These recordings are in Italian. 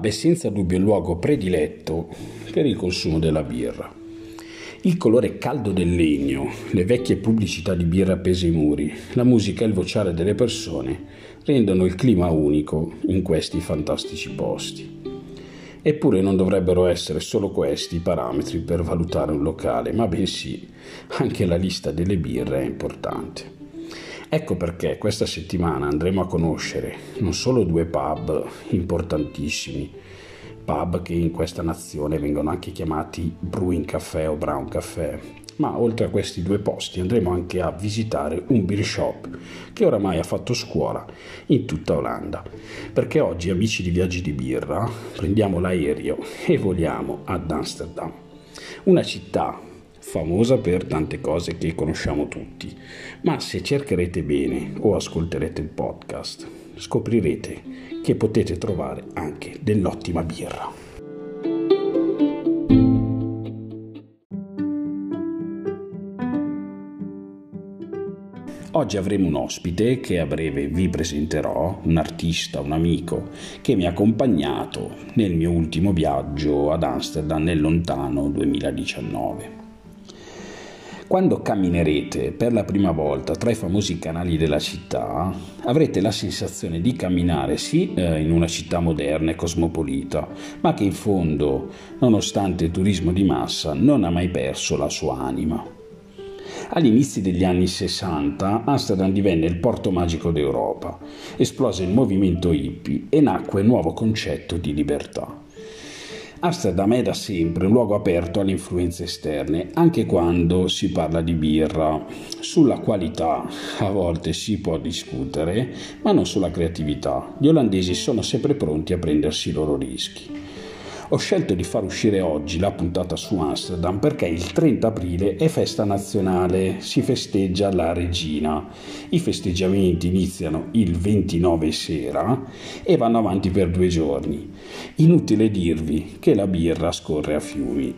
pub è senza dubbio il luogo prediletto per il consumo della birra. Il colore caldo del legno, le vecchie pubblicità di birra appese ai muri, la musica e il vociare delle persone rendono il clima unico in questi fantastici posti. Eppure non dovrebbero essere solo questi i parametri per valutare un locale, ma bensì anche la lista delle birre è importante. Ecco perché questa settimana andremo a conoscere non solo due pub importantissimi, pub che in questa nazione vengono anche chiamati brewing caffè o brown caffè, ma oltre a questi due posti andremo anche a visitare un beer shop che oramai ha fatto scuola in tutta Olanda, perché oggi, amici di Viaggi di Birra, prendiamo l'aereo e voliamo ad Amsterdam, una città famosa per tante cose che conosciamo tutti, ma se cercherete bene o ascolterete il podcast scoprirete che potete trovare anche dell'ottima birra. Oggi avremo un ospite che a breve vi presenterò, un artista, un amico che mi ha accompagnato nel mio ultimo viaggio ad Amsterdam nel lontano 2019. Quando camminerete per la prima volta tra i famosi canali della città, avrete la sensazione di camminare sì in una città moderna e cosmopolita, ma che in fondo, nonostante il turismo di massa, non ha mai perso la sua anima. Agli inizi degli anni 60 Amsterdam divenne il porto magico d'Europa, esplose il movimento hippie e nacque il nuovo concetto di libertà. Amsterdam è da sempre un luogo aperto alle influenze esterne, anche quando si parla di birra. Sulla qualità a volte si può discutere, ma non sulla creatività. Gli olandesi sono sempre pronti a prendersi i loro rischi. Ho scelto di far uscire oggi la puntata su Amsterdam perché il 30 aprile è festa nazionale, si festeggia la regina. I festeggiamenti iniziano il 29 sera e vanno avanti per 2 giorni. Inutile dirvi che la birra scorre a fiumi.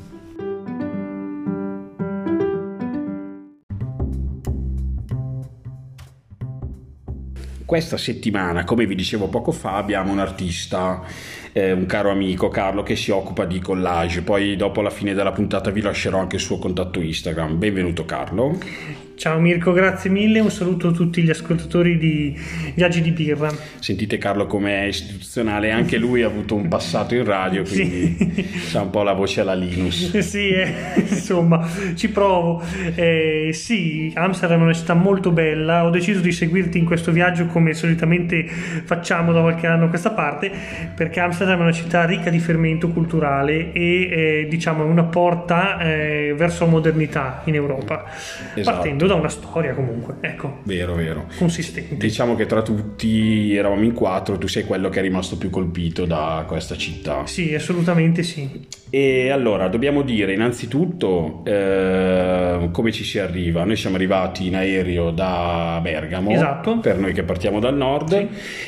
Questa settimana, come vi dicevo poco fa, abbiamo un artista, un caro amico, Carlo, che si occupa di collage. Poi dopo la fine della puntata vi lascerò anche il suo contatto Instagram. Benvenuto Carlo. Ciao Mirko, grazie mille, un saluto a tutti gli ascoltatori di Viaggi di Birra. Sentite Carlo com'è istituzionale, anche lui ha avuto un passato in radio, quindi sa un po' la voce alla Linus. Sì, insomma, ci provo. Sì, Amsterdam è una città molto bella, ho deciso di seguirti in questo viaggio come solitamente facciamo da qualche anno a questa parte, perché Amsterdam è una città ricca di fermento culturale e diciamo è una porta verso la modernità in Europa, esatto. Partendo da una storia comunque, ecco, vero consistente. Diciamo che tra tutti eravamo in 4, tu sei quello che è rimasto più colpito da questa città. Sì, assolutamente sì. E allora dobbiamo dire innanzitutto come ci si arriva. Noi siamo arrivati in aereo da Bergamo, esatto, per noi che partiamo dal nord, sì.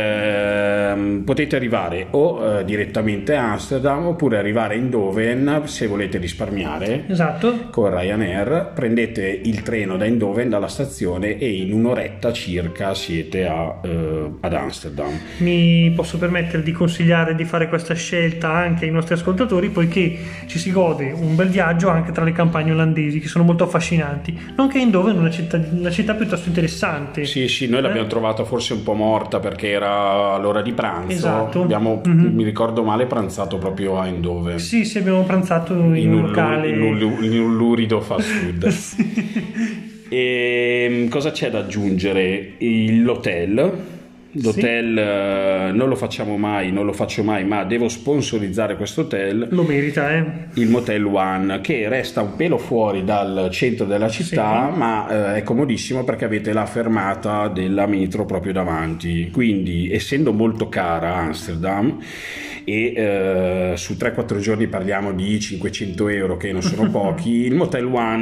E potete arrivare o direttamente a Amsterdam oppure arrivare a Eindhoven se volete risparmiare, esatto, con Ryanair. Prendete il treno da Eindhoven, dalla stazione, e in un'oretta circa siete ad Amsterdam. Mi posso permettere di consigliare di fare questa scelta anche ai nostri ascoltatori, poiché ci si gode un bel viaggio anche tra le campagne olandesi che sono molto affascinanti, nonché Eindhoven è una città piuttosto interessante. Sì, noi l'abbiamo trovata forse un po' morta perché era l'ora di pranzo. Esatto. Abbiamo, mi ricordo male, pranzato proprio a Eindhoven. Sì, abbiamo pranzato in un locale, in un lurido fast food. Sì. E cosa c'è da aggiungere? L'hotel, non lo faccio mai, ma devo sponsorizzare questo hotel. Lo merita, il Motel One, che resta un pelo fuori dal centro della città, sì. Ma è comodissimo perché avete la fermata della metro proprio davanti. Quindi, essendo molto cara Amsterdam, e su 3-4 giorni parliamo di 500 euro, che non sono pochi, il Motel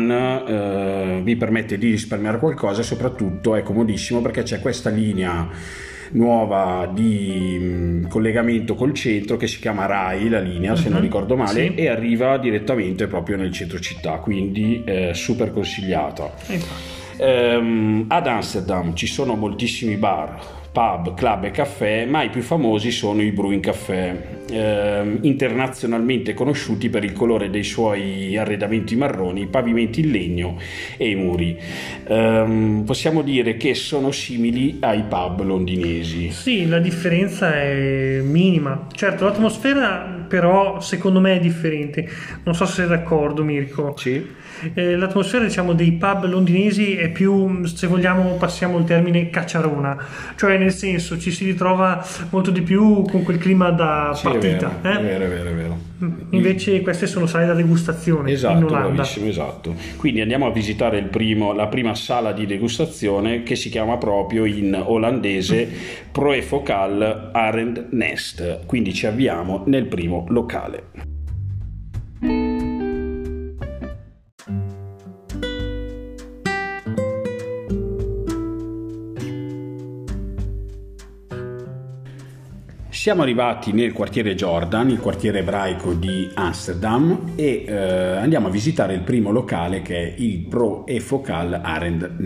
One vi permette di risparmiare qualcosa e soprattutto è comodissimo perché c'è questa linea nuova di collegamento col centro che si chiama Rai, la linea, se non ricordo male, sì. E arriva direttamente proprio nel centro città, quindi super consigliata. Ad Amsterdam ci sono moltissimi bar, pub, club e caffè, ma i più famosi sono i Brewing Café, internazionalmente conosciuti per il colore dei suoi arredamenti marroni, i pavimenti in legno e i muri. Possiamo dire che sono simili ai pub londinesi. Sì, la differenza è minima. Certo, l'atmosfera però secondo me è differente. Non so se sei d'accordo, Mirko. Sì. L'atmosfera, diciamo, dei pub londinesi è più, se vogliamo passiamo il termine, cacciarona, cioè nel senso ci si ritrova molto di più con quel clima da Sì, partita. è vero. Invece queste sono sale da degustazione, esatto, in Olanda. bravissimo, esatto. Quindi andiamo a visitare la prima sala di degustazione, che si chiama proprio in olandese Proefokal Arend Nest. Quindi ci avviamo nel primo locale. Siamo arrivati nel quartiere Jordan, il quartiere ebraico di Amsterdam, e andiamo a visitare il primo locale, che è il Proefokal Arend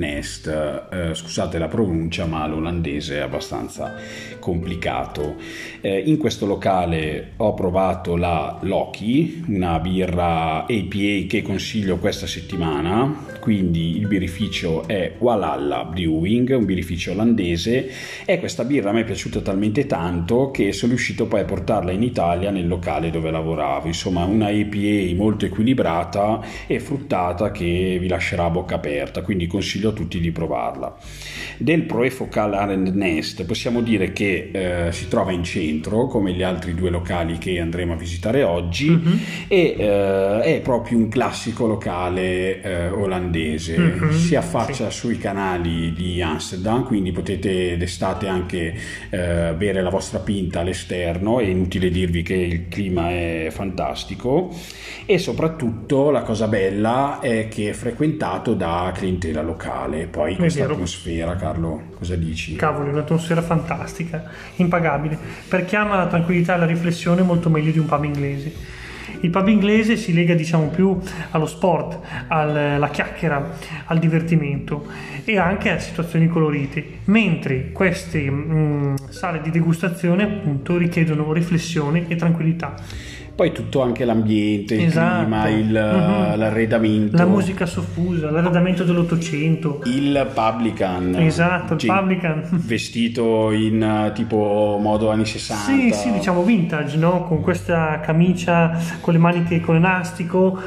Nest. Scusate la pronuncia, ma l'olandese è abbastanza complicato. In questo locale ho provato la Loki, una birra APA che consiglio questa settimana. Quindi il birrificio è Walhalla Brewing, un birrificio olandese, e questa birra a me è piaciuta talmente tanto che sono riuscito poi a portarla in Italia nel locale dove lavoravo. Insomma, una IPA molto equilibrata e fruttata che vi lascerà a bocca aperta, quindi consiglio a tutti di provarla. Del Proefokal Arend Nest possiamo dire che si trova in centro, come gli altri due locali che andremo a visitare oggi, e è proprio un classico locale olandese. Si affaccia sui canali di Amsterdam, quindi potete d'estate anche bere la vostra pinta all'esterno. È inutile dirvi che il clima è fantastico, e soprattutto la cosa bella è che è frequentato da clientela locale. Poi questa atmosfera, Carlo, cosa dici? Cavolo, un'atmosfera fantastica, impagabile, per chi ama la tranquillità e la riflessione molto meglio di un pub inglese. Il pub inglese si lega, diciamo, più allo sport, alla chiacchiera, al divertimento e anche a situazioni colorite, mentre queste sale di degustazione appunto richiedono riflessione e tranquillità. Poi tutto, anche l'ambiente, il clima, l'arredamento, la musica soffusa, l'arredamento dell'Ottocento, il publican, esatto, il publican vestito in tipo modo anni 60, sì, diciamo vintage, no? Con questa camicia con le maniche con elastico,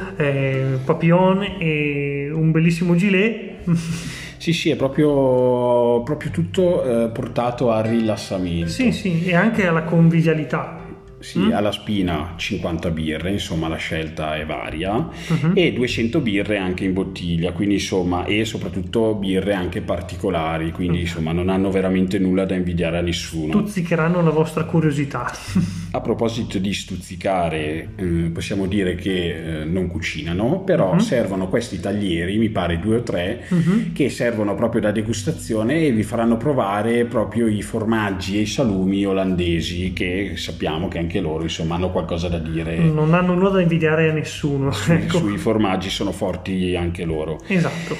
papillon e un bellissimo gilet. Sì, è proprio tutto portato al rilassamento. Sì, e anche alla convivialità. Sì, alla spina 50 birre, insomma la scelta è varia, e 200 birre anche in bottiglia, quindi insomma, e soprattutto birre anche particolari, quindi insomma non hanno veramente nulla da invidiare a nessuno. Stuzzicheranno la vostra curiosità. A proposito di stuzzicare, possiamo dire che non cucinano, però servono questi taglieri, mi pare 2 o 3, che servono proprio da degustazione e vi faranno provare proprio i formaggi e i salumi olandesi, che sappiamo che anche loro insomma hanno qualcosa da dire. Non hanno nulla da invidiare a nessuno. Sui formaggi sono forti anche loro. Esatto.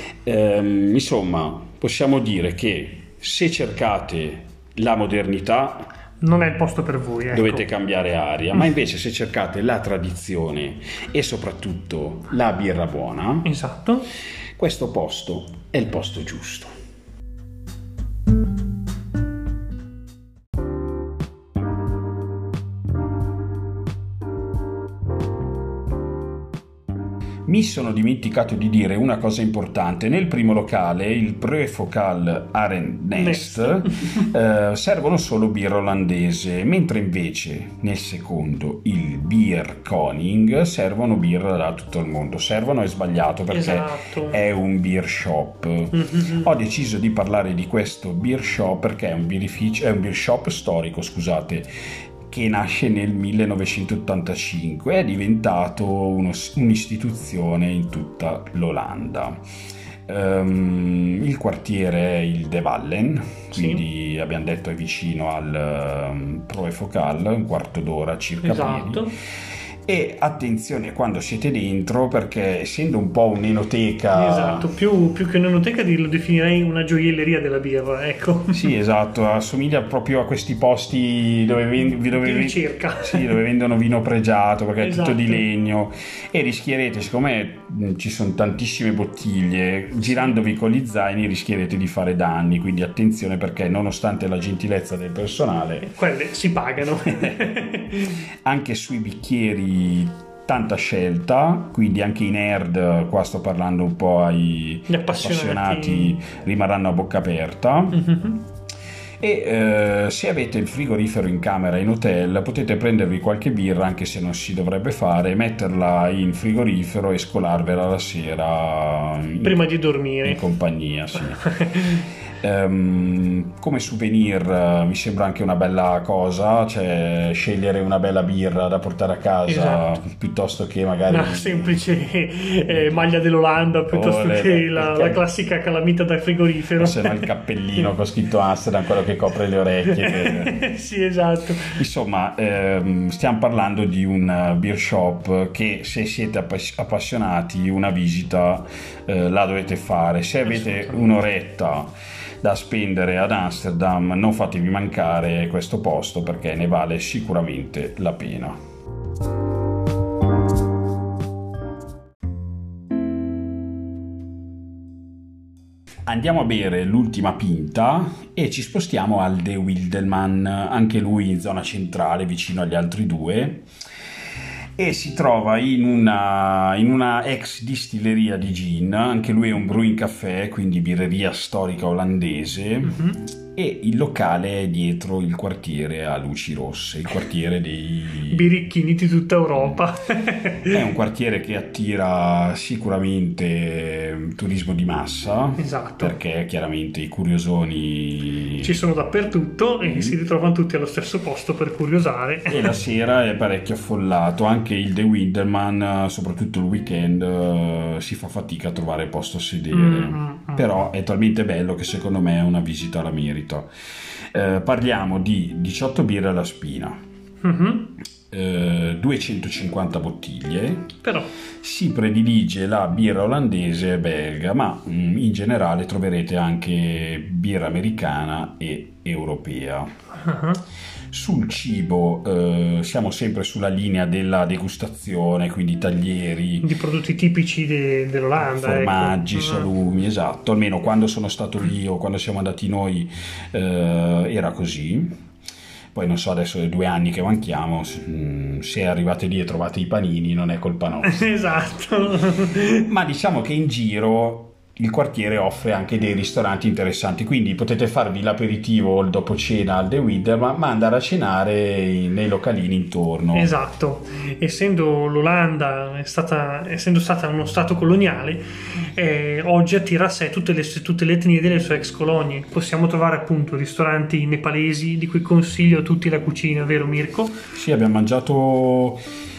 Insomma, possiamo dire che se cercate la modernità non è il posto per voi, ecco. Dovete cambiare aria, ma invece se cercate la tradizione e soprattutto la birra buona, esatto, questo posto è il posto giusto. Mi sono dimenticato di dire una cosa importante. Nel primo locale, il Proefokal Arend Nest, servono solo birra olandese, mentre invece nel secondo, il Beer Koning, servono birra da tutto il mondo. Servono è sbagliato, perché è un beer shop. Ho deciso di parlare di questo beer shop perché è un beer shop storico, scusate, che nasce nel 1985, è diventato un'istituzione in tutta l'Olanda. Il quartiere è il De Wallen, quindi abbiamo detto è vicino al Proefokal, un quarto d'ora circa. Esatto. E attenzione quando siete dentro, perché essendo un po' un'enoteca... Esatto, più che un'enoteca lo definirei una gioielleria della birra, ecco. Sì, esatto, assomiglia proprio a questi posti dove di ricerca. Sì, dove vendono vino pregiato, perché è tutto di Esatto. legno, e rischierete, siccome ci sono tantissime bottiglie, girandovi con gli zaini rischierete di fare danni, quindi attenzione, perché nonostante la gentilezza del personale, Quelle si pagano. anche sui bicchieri tanta scelta, quindi anche i nerd, qua sto parlando un po' ai Gli appassionati rimarranno a bocca aperta. Mm-hmm. E se avete il frigorifero in camera in hotel potete prendervi qualche birra, anche se non si dovrebbe fare, metterla in frigorifero e scolarvela la sera Prima di dormire in compagnia, sì. Come souvenir mi sembra anche una bella cosa, cioè scegliere una bella birra da portare a casa, esatto, piuttosto che magari una semplice maglia dell'Olanda piuttosto che la classica calamita da frigorifero, o se no il cappellino con scritto Amsterdam, quello che copre le orecchie. Sì, esatto. Insomma, stiamo parlando di un beer shop che, se siete appassionati, una visita la dovete fare. Se avete un'oretta da spendere ad Amsterdam, non fatevi mancare questo posto, perché ne vale sicuramente la pena. Andiamo a bere l'ultima pinta e ci spostiamo al De Wildeman, anche lui in zona centrale vicino agli altri due, e si trova in una ex distilleria di gin. Anche lui è un brewing caffè, quindi birreria storica olandese. Mm-hmm. E il locale è dietro il quartiere a luci rosse, il quartiere dei birichini di tutta Europa. È un quartiere che attira sicuramente turismo di massa, esatto, perché chiaramente i curiosoni ci sono dappertutto e si ritrovano tutti allo stesso posto per curiosare, e la sera è parecchio affollato. Anche il De Wilderman, soprattutto il weekend, si fa fatica a trovare posto a sedere. Però è talmente bello che secondo me è una visita alla merita. Parliamo di 18 birre alla spina, 250 bottiglie, però si predilige la birra olandese e belga, ma in generale troverete anche birra americana e europea. Sul cibo siamo sempre sulla linea della degustazione, quindi taglieri di prodotti tipici dell'Olanda, formaggi, salumi, esatto, almeno quando sono stato io, quando siamo andati noi era così. Poi non so, adesso è 2 anni che manchiamo, se arrivate lì e trovate i panini non è colpa nostra. Esatto. Ma diciamo che in giro il quartiere offre anche dei ristoranti interessanti, quindi potete farvi l'aperitivo o il dopo cena al De Wilderman, ma andare a cenare nei localini intorno. Esatto, essendo l'Olanda essendo stata uno stato coloniale, oggi attira a sé tutte le etnie delle sue ex colonie. Possiamo trovare appunto ristoranti nepalesi, di cui consiglio a tutti la cucina, vero Mirko? Sì, abbiamo mangiato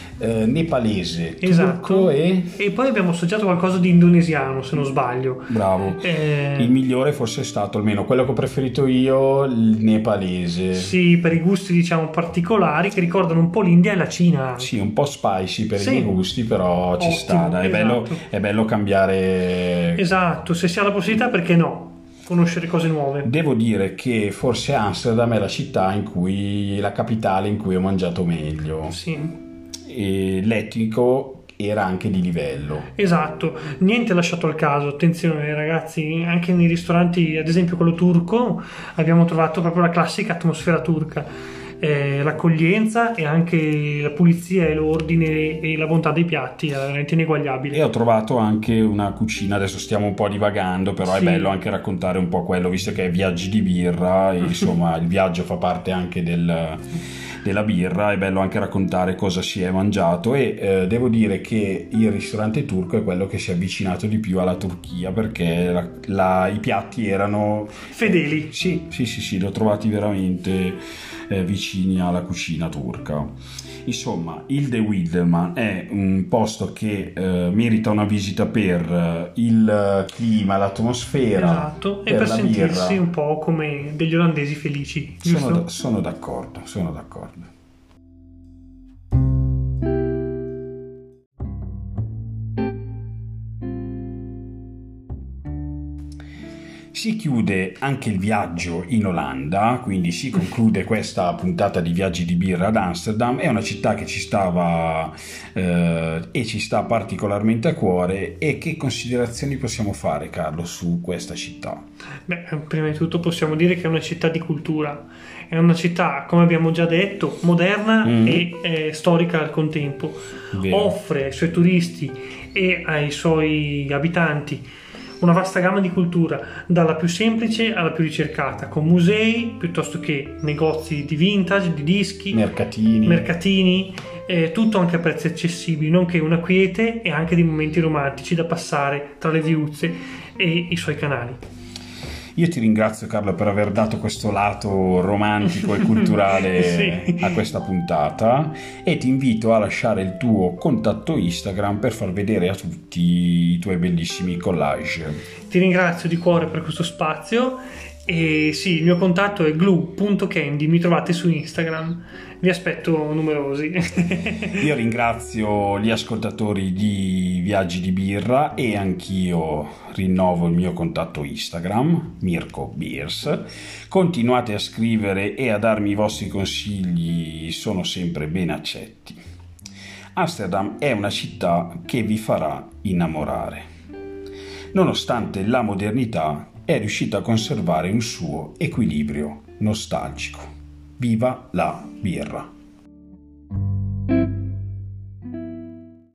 nepalese, esatto, turco e poi abbiamo assaggiato qualcosa di indonesiano, se non sbaglio. Bravo. Il migliore forse è stato, almeno quello che ho preferito io, il nepalese. Sì, per i gusti diciamo particolari che ricordano un po' l'India e la Cina. Sì, un po' spicy per i miei gusti, però ci sta, dai, esatto. È bello cambiare. Esatto, se si ha la possibilità, perché no? Conoscere cose nuove. Devo dire che forse Amsterdam è la città la capitale in cui ho mangiato meglio. Sì. E l'etnico era anche di livello. Esatto, niente lasciato al caso. Attenzione ragazzi, anche nei ristoranti, ad esempio quello turco, abbiamo trovato proprio la classica atmosfera turca, l'accoglienza e anche la pulizia e l'ordine e la bontà dei piatti è veramente ineguagliabile. E ho trovato anche una cucina, adesso stiamo un po' divagando, però sì, è bello anche raccontare un po' quello, visto che è viaggi di birra e insomma il viaggio fa parte anche della birra, è bello anche raccontare cosa si è mangiato. E devo dire che il ristorante turco è quello che si è avvicinato di più alla Turchia, perché i piatti erano fedeli. Sì, li ho trovati veramente vicini alla cucina turca. Insomma, il De Wilderman è un posto che merita una visita per il clima, l'atmosfera, esatto, e per sentirsi birra. Un po' come degli olandesi felici. Sono d'accordo. Si chiude anche il viaggio in Olanda, quindi si conclude questa puntata di Viaggi di birra ad Amsterdam. È una città che ci stava e ci sta particolarmente a cuore. E che considerazioni possiamo fare, Carlo, su questa città? Beh, prima di tutto possiamo dire che è una città di cultura, è una città, come abbiamo già detto, moderna e storica al contempo. Vero. Offre ai suoi turisti e ai suoi abitanti una vasta gamma di cultura, dalla più semplice alla più ricercata, con musei piuttosto che negozi di vintage, di dischi, mercatini, tutto anche a prezzi accessibili, nonché una quiete e anche dei momenti romantici da passare tra le viuzze e i suoi canali. Io ti ringrazio, Carlo, per aver dato questo lato romantico e culturale Sì. a questa puntata, e ti invito a lasciare il tuo contatto Instagram per far vedere a tutti i tuoi bellissimi collage. Ti ringrazio di cuore per questo spazio e sì, il mio contatto è glue.candy, mi trovate su Instagram, vi aspetto numerosi. Io ringrazio gli ascoltatori di Viaggi di Birra e anch'io rinnovo il mio contatto Instagram, Mirko Beers. Continuate a scrivere e a darmi i vostri consigli, sono sempre ben accetti. Amsterdam è una città che vi farà innamorare. Nonostante la modernità, è riuscita a conservare un suo equilibrio nostalgico. Viva la birra!